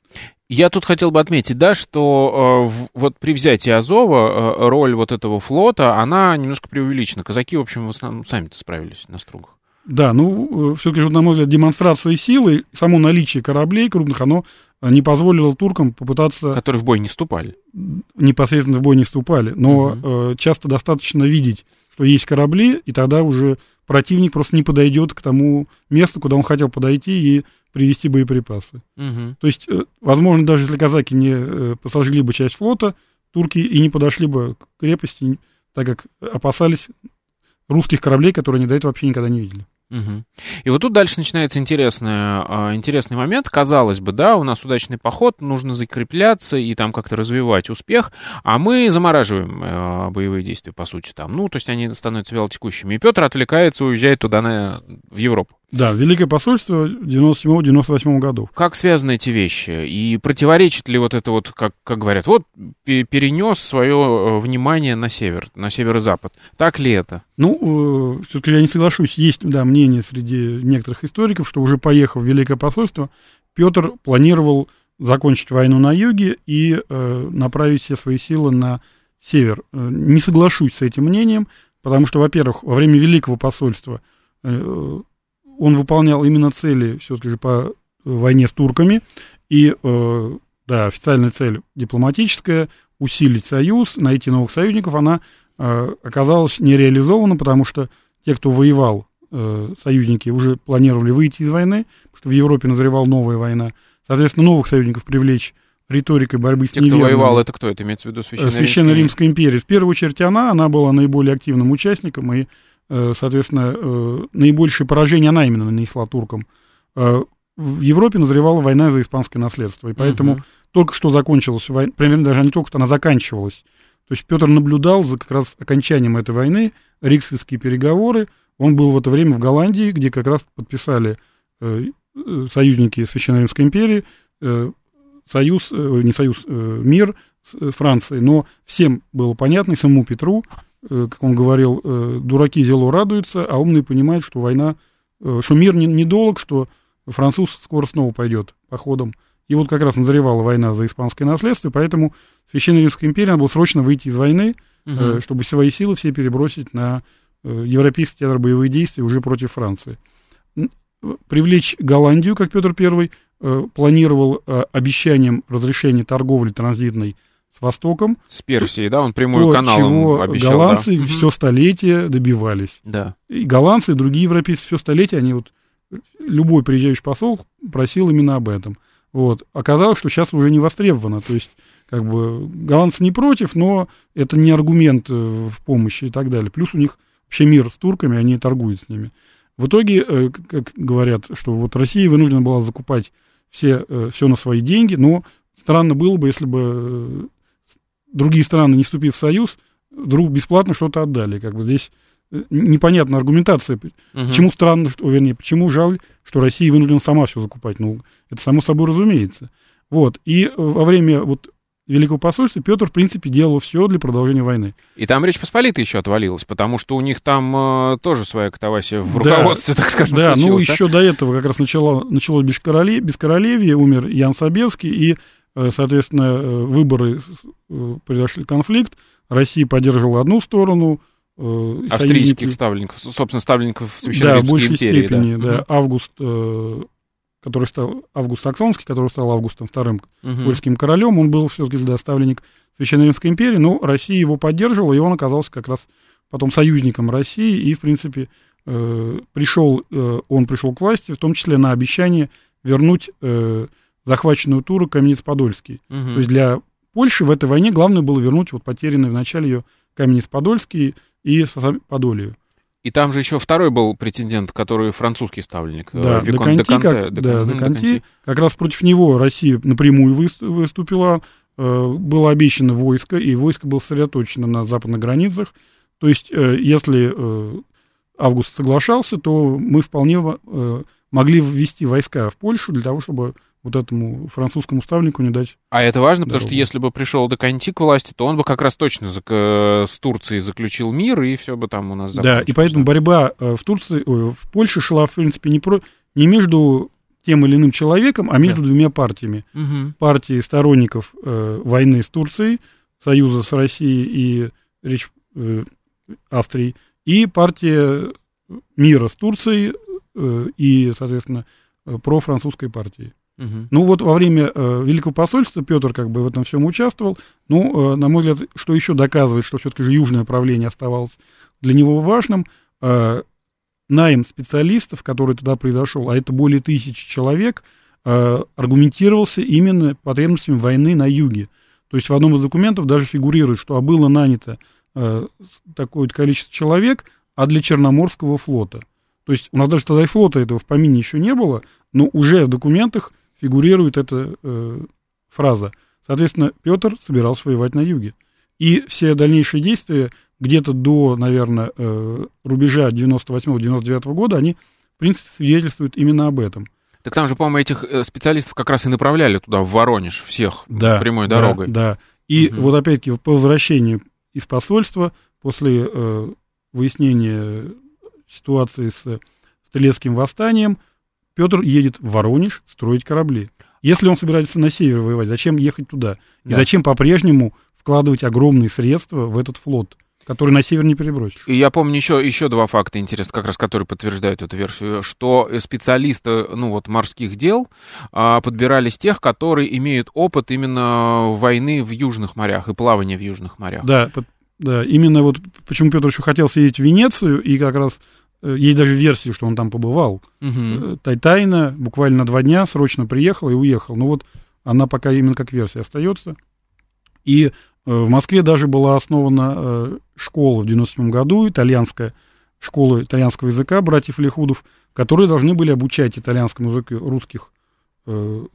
Я тут хотел бы отметить, да, что э, в, вот при взятии Азова э, роль вот этого флота, она немножко преувеличена. Казаки, в общем, в основном сами-то справились на стругах. Да, ну, э, все-таки, на мой взгляд, демонстрация силы, само наличие кораблей крупных, оно не позволило туркам попытаться... Которые в бой не вступали. Непосредственно в бой не вступали, но угу. э, часто достаточно видеть, что есть корабли, и тогда уже противник просто не подойдет к тому месту, куда он хотел подойти и привезти боеприпасы. Угу. То есть, возможно, даже если казаки не посожгли бы часть флота, турки и не подошли бы к крепости, так как опасались русских кораблей, которые они до этого вообще никогда не видели. Угу. И вот тут дальше начинается интересный, интересный момент. Казалось бы, да, у нас удачный поход, нужно закрепляться и там как-то развивать успех, а мы замораживаем э, боевые действия, по сути, там. Ну, то есть они становятся вялотекущими. И Петр отвлекается, уезжает туда, на, в Европу. Да, Великое посольство девяносто седьмого — девяносто восьмого годов. Как связаны эти вещи? И противоречит ли вот это вот, как, как говорят, вот перенес свое внимание на север, на северо-запад. Так ли это? Ну, э, все-таки я не соглашусь. Есть, да, мнение среди некоторых историков, что уже поехав в Великое посольство, Петр планировал закончить войну на юге и э, направить все свои силы на север. Э, не соглашусь с этим мнением, потому что, во-первых, во время Великого посольства э, он выполнял именно цели все-таки же по войне с турками, и, э, да, официальная цель дипломатическая — усилить союз, найти новых союзников, она э, оказалась не реализована, потому что те, кто воевал, э, союзники, уже планировали выйти из войны, потому что в Европе назревала новая война. Соответственно, новых союзников привлечь риторикой борьбы с те, неверными. Те, кто воевал, это кто? Это имеется в виду Священная, Священная Римская империя. В первую очередь она, она была наиболее активным участником, и соответственно, наибольшее поражение она именно нанесла туркам. В Европе назревала война за испанское наследство, и поэтому uh-huh. только что закончилась война, примерно даже не только что, она заканчивалась. То есть Петр наблюдал за как раз окончанием этой войны, Риксвитские переговоры. Он был в это время в Голландии, где как раз подписали союзники Священной Римской империи союз, не союз, мир с Францией. Но всем было понятно, и самому Петру, как он говорил, дураки зело радуются, а умные понимают, что война, что мир недолг, что француз скоро снова пойдет походом. И вот как раз назревала война за испанское наследство, и поэтому Священная Римская империя надо было срочно выйти из войны, угу. чтобы свои силы все перебросить на европейский театр боевых действий уже против Франции. Привлечь Голландию, как Петр Первый планировал, обещанием разрешения торговли транзитной с Востоком. С Персией, да, он прямую каналом обещал. Голландцы да. все столетие добивались. Да. И голландцы, и другие европейцы все столетие, они вот, любой приезжающий посол просил именно об этом. Вот. Оказалось, что сейчас уже не востребовано. То есть, как бы, голландцы не против, но это не аргумент в помощи и так далее. Плюс у них вообще мир с турками, они торгуют с ними. В итоге, как говорят, что вот Россия вынуждена была закупать все, все на свои деньги, но странно было бы, если бы другие страны, не вступив в союз, вдруг бесплатно что-то отдали. Как бы здесь непонятна аргументация. Uh-huh. Почему странно, что, вернее, почему жаль, что Россия вынуждена сама все закупать? Ну, это само собой разумеется. Вот. И во время вот Великого посольства Петр, в принципе, делал все для продолжения войны. И там Речь Посполитая еще отвалилась, потому что у них там э, тоже своя катавасия в руководстве, да, так скажем, да, случилась. Ну, еще до этого как раз начало, началось бескороле, бескоролевье, умер Ян Собеский, и, э, соответственно, выборы, э, произошли конфликт, Россия поддерживала одну сторону, э, австрийских ставленников, собственно, ставленников Священной да, Римской империи. Степени, да, да, угу. Август, э, который стал Август Саксонский, который стал Августом вторым uh-huh. польским королем, он был все-таки да, ставленник Священной Римской империи, но Россия его поддерживала, и он оказался как раз потом союзником России, и, в принципе, э, пришел, э, он пришел к власти, в том числе на обещание вернуть э, захваченную Туру Каменец-Подольский. Uh-huh. То есть для Польши в этой войне главное было вернуть вот потерянный в начале ее Каменец-Подольский и Подолию. И там же еще второй был претендент, который французский ставленник. Да, Викон де Канте. Да, де Канте. Как раз против него Россия напрямую выступила. Было обещано войско, и войско было сосредоточено на западных границах. То есть, если Август соглашался, то мы вполне могли ввести войска в Польшу для того, чтобы вот этому французскому ставленнику не дать. А это важно, дорогу. Потому что если бы пришел де Канте к власти, то он бы как раз точно зак- с Турцией заключил мир, и все бы там у нас закончилось. Да, и поэтому борьба в Турции, в Польше шла, в принципе, не, про, не между тем или иным человеком, а между да. двумя партиями. Угу. Партией сторонников э, войны с Турцией, союза с Россией и Речь э, Австрией, и партия мира с Турцией э, и, соответственно, э, профранцузской партией. Uh-huh. Ну вот во время э, Великого посольства Петр как бы в этом всем участвовал. Ну, э, на мой взгляд, что еще доказывает, что все-таки южное направление оставалось для него важным, э, найм специалистов, который тогда произошел, а это более тысячи человек, э, аргументировался именно потребностями войны на юге. То есть в одном из документов даже фигурирует, что было нанято э, такое количество человек, а для Черноморского флота. То есть у нас даже тогда и флота этого в помине еще не было, но уже в документах фигурирует эта э, фраза. Соответственно, Петр собирался воевать на юге. И все дальнейшие действия где-то до, наверное, э, рубежа девяносто восьмого — девяносто девятого года, они, в принципе, свидетельствуют именно об этом. Так там же, по-моему, этих специалистов как раз и направляли туда, в Воронеж, всех да, прямой да, дорогой. Да, и угу. вот опять-таки по возвращению из посольства, после э, выяснения ситуации с Стрелецким восстанием, Петр едет в Воронеж строить корабли. Если он собирается на север воевать, зачем ехать туда? И да. зачем по-прежнему вкладывать огромные средства в этот флот, который на север не перебросишь? И я помню еще, еще два факта интересных, как раз которые подтверждают эту версию, что специалисты, ну вот, морских дел а, подбирались тех, которые имеют опыт именно войны в южных морях и плавания в южных морях. Да, да, именно вот почему Петр еще хотел съездить в Венецию, и как раз есть даже версии, что он там побывал. Угу. Тайно, буквально на два дня, срочно приехал и уехал. Ну вот она пока именно как версия остается. И э, в Москве даже была основана э, школа в девяносто седьмом году, итальянская школа итальянского языка братьев Лихудов, которые должны были обучать итальянскому языку русских э,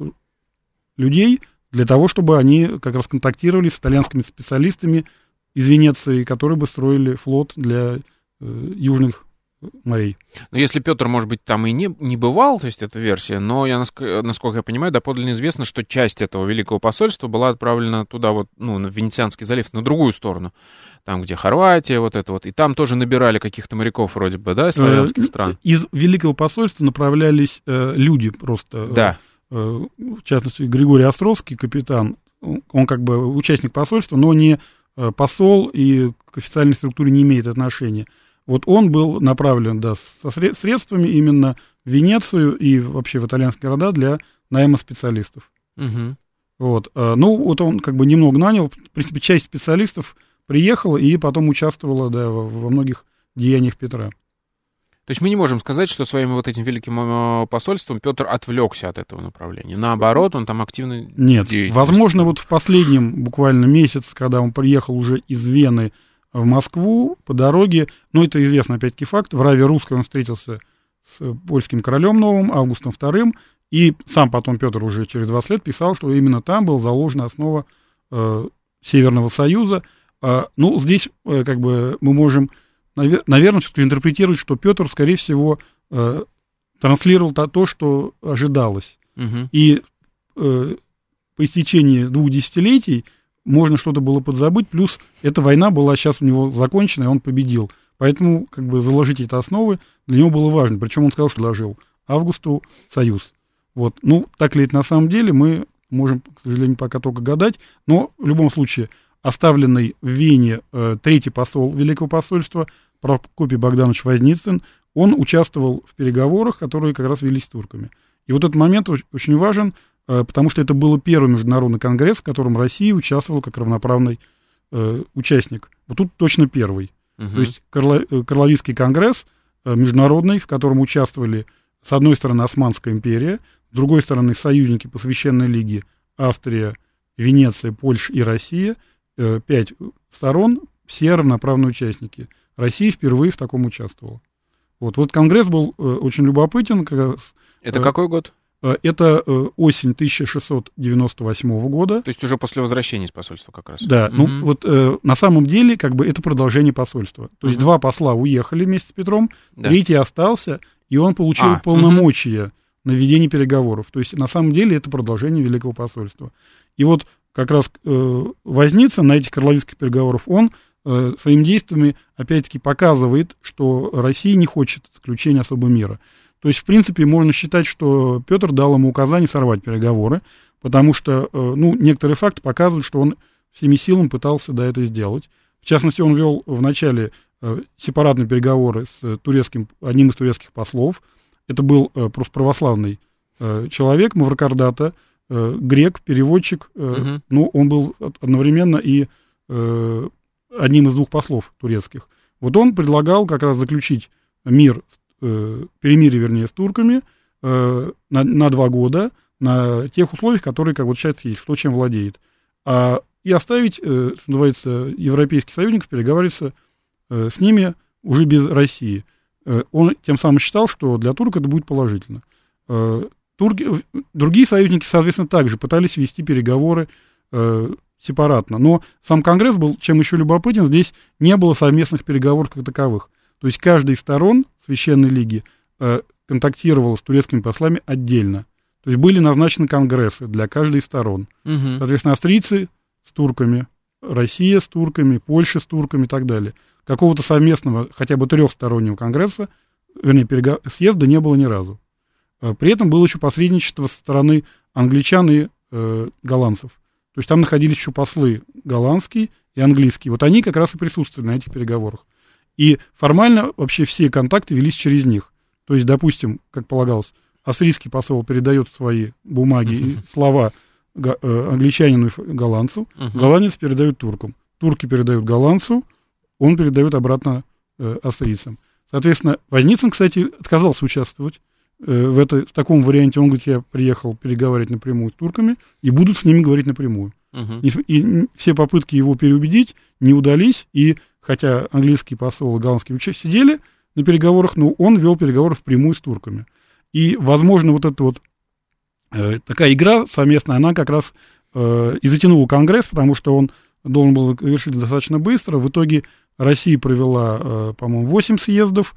людей для того, чтобы они как раз контактировали с итальянскими специалистами из Венеции, которые бы строили флот для э, южных морей. Но если Петр, может быть, там и не, не бывал, то есть это версия, но я, насколько я понимаю, доподлинно известно, что часть этого великого посольства была отправлена туда, вот, ну, на Венецианский залив, на другую сторону, там, где Хорватия, вот это вот, и там тоже набирали каких-то моряков вроде бы, да, из славянских стран. Из великого посольства направлялись э, люди просто. Да. Э, в частности, Григорий Островский, капитан, он как бы участник посольства, но не э, посол и к официальной структуре не имеет отношения. Вот он был направлен, да, со средствами именно в Венецию и вообще в итальянские города для найма специалистов. Угу. Вот. Ну, вот он как бы немного нанял. В принципе, часть специалистов приехала и потом участвовала, да, во, во многих деяниях Петра. То есть мы не можем сказать, что своим вот этим великим посольством Петр отвлекся от этого направления. Наоборот, он там активно Нет, возможно, вот в последнем буквально месяц, когда он приехал уже из Вены в Москву по дороге, ну, это известный, опять-таки, факт, в Раве Русской он встретился с польским королем новым, Августом вторым, и сам потом Петр уже через двадцать лет писал, что именно там была заложена основа э, Северного Союза. Э, ну, здесь, э, как бы, мы можем, навер- наверное, все-таки интерпретировать, что Петр, скорее всего, э, транслировал то, то, что ожидалось. Угу. И э, по истечении двух десятилетий можно что-то было подзабыть, плюс эта война была сейчас у него закончена, и он победил. Поэтому, как бы, заложить эти основы для него было важно. Причем он сказал, что заложил Августу союз. Вот. Ну, так ли это на самом деле, мы можем, к сожалению, пока только гадать. Но, в любом случае, оставленный в Вене э, третий посол Великого посольства, Прокопий Богданович Возницын, он участвовал в переговорах, которые как раз велись с турками. И вот этот момент очень важен, потому что это был первый международный конгресс, в котором Россия участвовала как равноправный э, участник. Вот тут точно первый. Uh-huh. То есть Карло, Карловицкий конгресс э, международный, в котором участвовали, с одной стороны, Османская империя, с другой стороны, союзники по Священной Лиге Австрия, Венеция, Польша и Россия. Э, пять сторон, все равноправные участники. Россия впервые в таком участвовала. Вот, вот конгресс был э, очень любопытен. Как раз, Это э, какой год? Это осень тысяча шестьсот девяносто восьмого года. То есть уже после возвращения из посольства как раз. Да, угу. ну вот э, на самом деле как бы это продолжение посольства. То есть угу. два посла уехали вместе с Петром, да. третий остался, и он получил а, полномочия угу. на ведение переговоров. То есть на самом деле это продолжение Великого посольства. И вот как раз э, Возницын на этих карловицких переговорах, он э, своими действиями опять-таки показывает, что Россия не хочет заключения особого мира. То есть, в принципе, можно считать, что Петр дал ему указание сорвать переговоры, потому что, ну, некоторые факты показывают, что он всеми силами пытался, да, это сделать. В частности, он вел в начале сепаратные переговоры с турецким, одним из турецких послов. Это был просто православный человек, Маврокордата, грек, переводчик, угу. но он был одновременно и одним из двух послов турецких. Вот он предлагал как раз заключить мир, перемирие, вернее, с турками э, на, на два года на тех условиях, которые, как вот сейчас есть, кто чем владеет. А, и оставить, э, что называется, европейских союзников переговариваться э, с ними уже без России. Э, он тем самым считал, что для турок это будет положительно. Э, турки, другие союзники, соответственно, также пытались вести переговоры э, сепаратно. Но сам Конгресс был, чем еще любопытен, здесь не было совместных переговоров как таковых. То есть каждая из сторон Священной Лиги э, контактировала с турецкими послами отдельно. То есть были назначены конгрессы для каждой из сторон. Угу. Соответственно, австрийцы с турками, Россия с турками, Польша с турками и так далее. Какого-то совместного, хотя бы трехстороннего конгресса, вернее, перего... съезда не было ни разу. Э, при этом было еще посредничество со стороны англичан и э, голландцев. То есть там находились еще послы голландский и английский. Вот они как раз и присутствовали на этих переговорах. И формально вообще все контакты велись через них. То есть, допустим, как полагалось, австрийский посол передает свои бумаги и слова англичанину и голландцу, голландец передает туркам, турки передают голландцу, он передает обратно австрийцам. Соответственно, Возницын, кстати, отказался участвовать в, это, в таком варианте. Он говорит, я приехал переговаривать напрямую с турками и буду с ними говорить напрямую. Uh-huh. И все попытки его переубедить не удались, и хотя английский посол и голландский сидели на переговорах, но он вел переговоры впрямую с турками. И, возможно, вот эта вот э, такая игра совместная, она как раз э, и затянула Конгресс, потому что он должен был завершить достаточно быстро. В итоге Россия провела, э, по-моему, восемь съездов,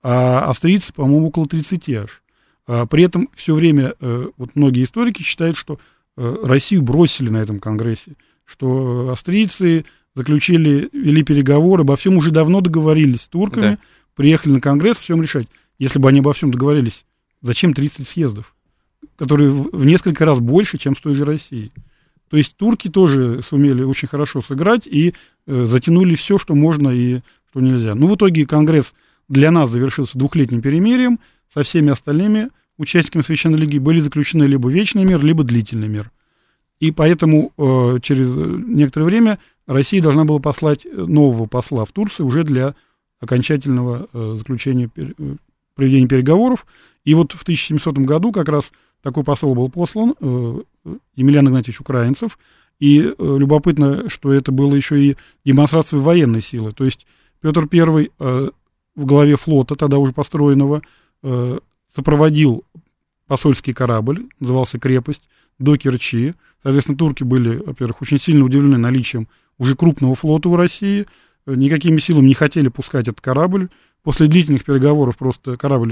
а австрийцы, по-моему, около тридцати аж. А при этом все время э, вот многие историки считают, что э, Россию бросили на этом Конгрессе, что австрийцы заключили, вели переговоры, обо всем уже давно договорились с турками, да. приехали на Конгресс, всем решать. Если бы они обо всем договорились, зачем тридцать съездов, которые в несколько раз больше, чем с той же Россией? То есть турки тоже сумели очень хорошо сыграть и э, затянули все, что можно и что нельзя. Ну, в итоге Конгресс для нас завершился двухлетним перемирием, со всеми остальными участниками Священной Лиги были заключены либо вечный мир, либо длительный мир. И поэтому э, через некоторое время Россия должна была послать нового посла в Турцию уже для окончательного э, заключения, пер, э, проведения переговоров. И вот в тысяча семисотом году как раз такой посол был послан, э, Емельян Игнатьевич Украинцев. И э, любопытно, что это было еще и демонстрация военной силы. То есть Петр Первый э, в главе флота, тогда уже построенного, э, сопроводил посольский корабль, назывался «Крепость», до Керчи. Соответственно, турки были, во-первых, очень сильно удивлены наличием уже крупного флота у России, никакими силами не хотели пускать этот корабль. После длительных переговоров просто корабль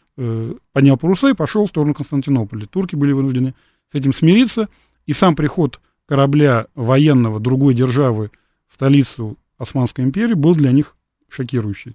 э, поднял паруса и пошел в сторону Константинополя. Турки были вынуждены с этим смириться, и сам приход корабля военного другой державы в столицу Османской империи был для них шокирующий.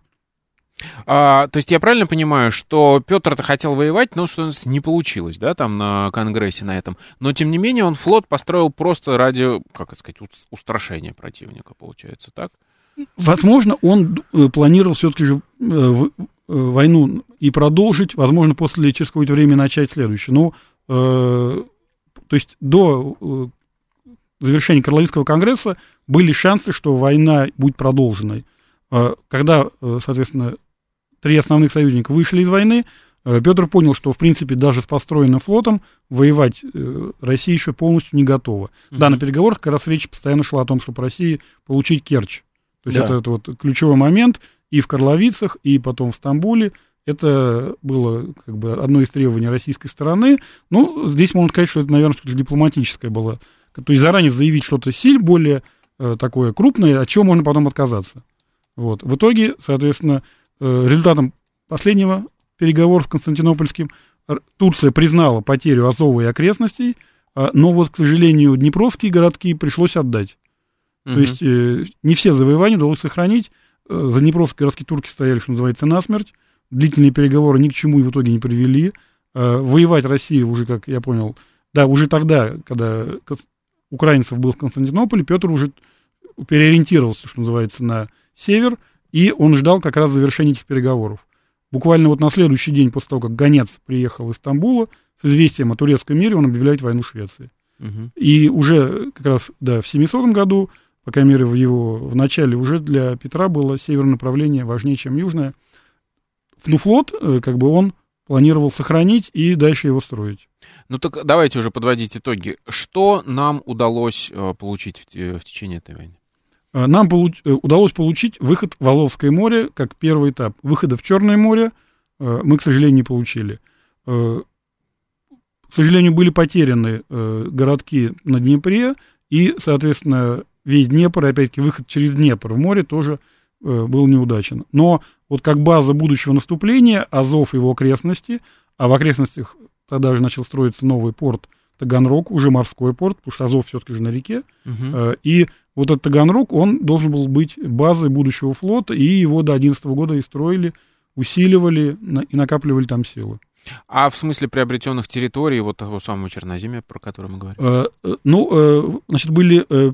А, то есть я правильно понимаю, что Петр-то хотел воевать, но что не получилось, да, там на Конгрессе на этом. Но, тем не менее, он флот построил просто ради, как это сказать, устрашения противника, получается, так? Возможно, он планировал все-таки же войну и продолжить, возможно, после через какое-то время начать следующее. Ну, э, то есть до э, завершения Карловицкого конгресса были шансы, что война будет продолжена. Э, когда, э, соответственно, три основных союзника вышли из войны, э, Петр понял, что, в принципе, даже с построенным флотом воевать э, Россия еще полностью не готова. Mm-hmm. Да, на переговорах как раз речь постоянно шла о том, чтобы России получить Керчь. То есть да. это, это вот ключевой момент и в Карловицах, и потом в Стамбуле. Это было как бы одно из требований российской стороны. Ну, здесь можно сказать, что это, наверное, что-то дипломатическое было. То есть заранее заявить что-то сильно более э, такое крупное, от чего можно потом отказаться. Вот. В итоге, соответственно, э, результатом последнего переговора с Константинопольским Турция признала потерю Азова и окрестностей, э, но вот, к сожалению, днепровские городки пришлось отдать. Uh-huh. То есть э, не все завоевания удалось сохранить. Э, за днепровские городские турки стояли, что называется, насмерть. Длительные переговоры ни к чему в итоге не привели. Э, воевать Россия уже, как я понял, да, уже тогда, когда украинцев был в Константинополе, Петр уже переориентировался, что называется, на север, и он ждал как раз завершения этих переговоров. Буквально вот на следующий день после того, как гонец приехал из Стамбула, с известием о турецком мире, он объявляет войну Швеции. Uh-huh. И уже как раз, да, в семисотом году, по крайней мере, в его в начале, уже для Петра было северное направление важнее, чем южное. Ну, флот, как бы он планировал сохранить и дальше его строить. Ну, так давайте уже подводить итоги. Что нам удалось э, получить в, в течение этой войны? Нам получ, удалось получить выход в Азовское море как первый этап. Выхода в Черное море э, мы, к сожалению, не получили. Э, к сожалению, были потеряны э, городки на Днепре, и, соответственно, весь Днепр, и опять-таки выход через Днепр в море тоже э, был неудачен. Но вот как база будущего наступления Азов и его окрестности, а в окрестностях тогда же начал строиться новый порт Таганрог, уже морской порт, потому что Азов все-таки же на реке, uh-huh. э, и вот этот Таганрог, он должен был быть базой будущего флота, и его до две тысячи одиннадцатого года и строили, усиливали на, и накапливали там силы. А в смысле приобретенных территорий, вот того самого Черноземья, про который мы говорим? Э, э, ну, э, значит, были... Э,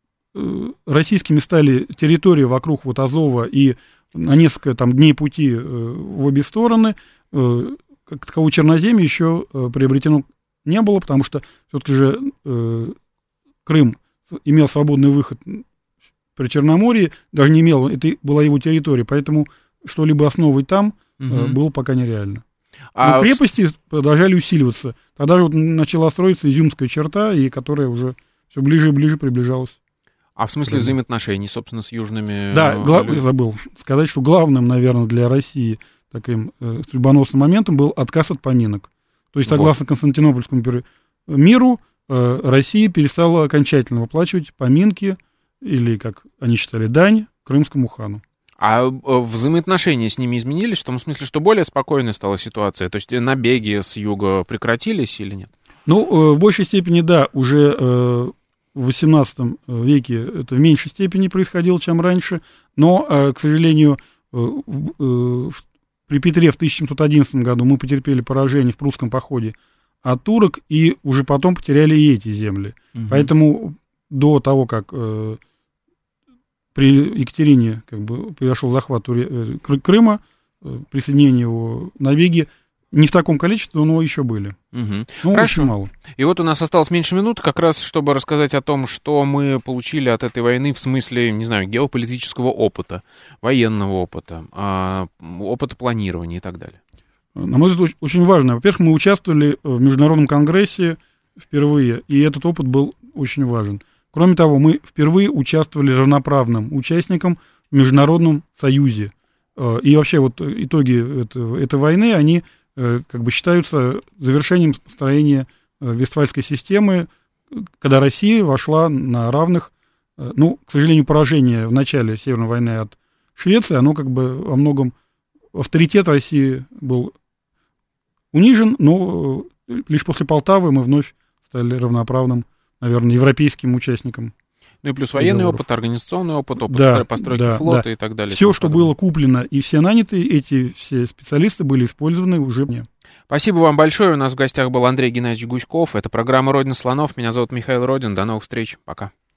российскими стали территории вокруг вот Азова и на несколько там дней пути э, в обе стороны. Э, как такового Черноземья еще э, приобретено не было, потому что все-таки же э, Крым имел свободный выход при Черноморье, даже не имел, это была его территория, поэтому что-либо основывать там э, угу. было пока нереально. А Но крепости продолжали усиливаться. Тогда же вот начала строиться Изюмская черта, и которая уже все ближе и ближе приближалась. А в смысле взаимоотношений, собственно, с южными... Да, гла- я забыл сказать, что главным, наверное, для России таким э, судьбоносным моментом был отказ от поминок. То есть, согласно вот. Константинопольскому миру, э, Россия перестала окончательно выплачивать поминки, или, как они считали, дань крымскому хану. А взаимоотношения с ними изменились? В том смысле, что более спокойной стала ситуация? То есть набеги с юга прекратились или нет? Ну, э, в большей степени, да, уже... Э, в восемнадцатом веке это в меньшей степени происходило, чем раньше, но, к сожалению, при Петре в тысяча семьсот одиннадцатом году мы потерпели поражение в прусском походе от турок, и уже потом потеряли и эти земли. Угу. Поэтому до того, как при Екатерине как бы произошел захват Крыма, присоединение его набеги, не в таком количестве, но еще были. Угу. Ну, Хорошо. Очень мало. И вот у нас осталось меньше минут, как раз чтобы рассказать о том, что мы получили от этой войны в смысле, не знаю, геополитического опыта, военного опыта, опыта планирования и так далее. На мой взгляд, очень важно. Во-первых, мы участвовали в Международном конгрессе впервые, и этот опыт был очень важен. Кроме того, мы впервые участвовали равноправным участником в Международном союзе. И вообще вот итоги этой, этой войны, они как бы считаются завершением построения Вестфальской системы, когда Россия вошла на равных, ну, к сожалению, поражение в начале Северной войны от Швеции, оно как бы во многом, авторитет России был унижен, но лишь после Полтавы мы вновь стали равноправным, наверное, европейским участником. Ну и плюс военный опыт, организационный опыт, опыт да, постройки да, флота да. и так далее. Все, что было куплено, и все нанятые, эти все специалисты были использованы уже мне. Спасибо вам большое. У нас в гостях был Андрей Геннадьевич Гуськов. Это программа «Родина слонов». Меня зовут Михаил Родин. До новых встреч. Пока.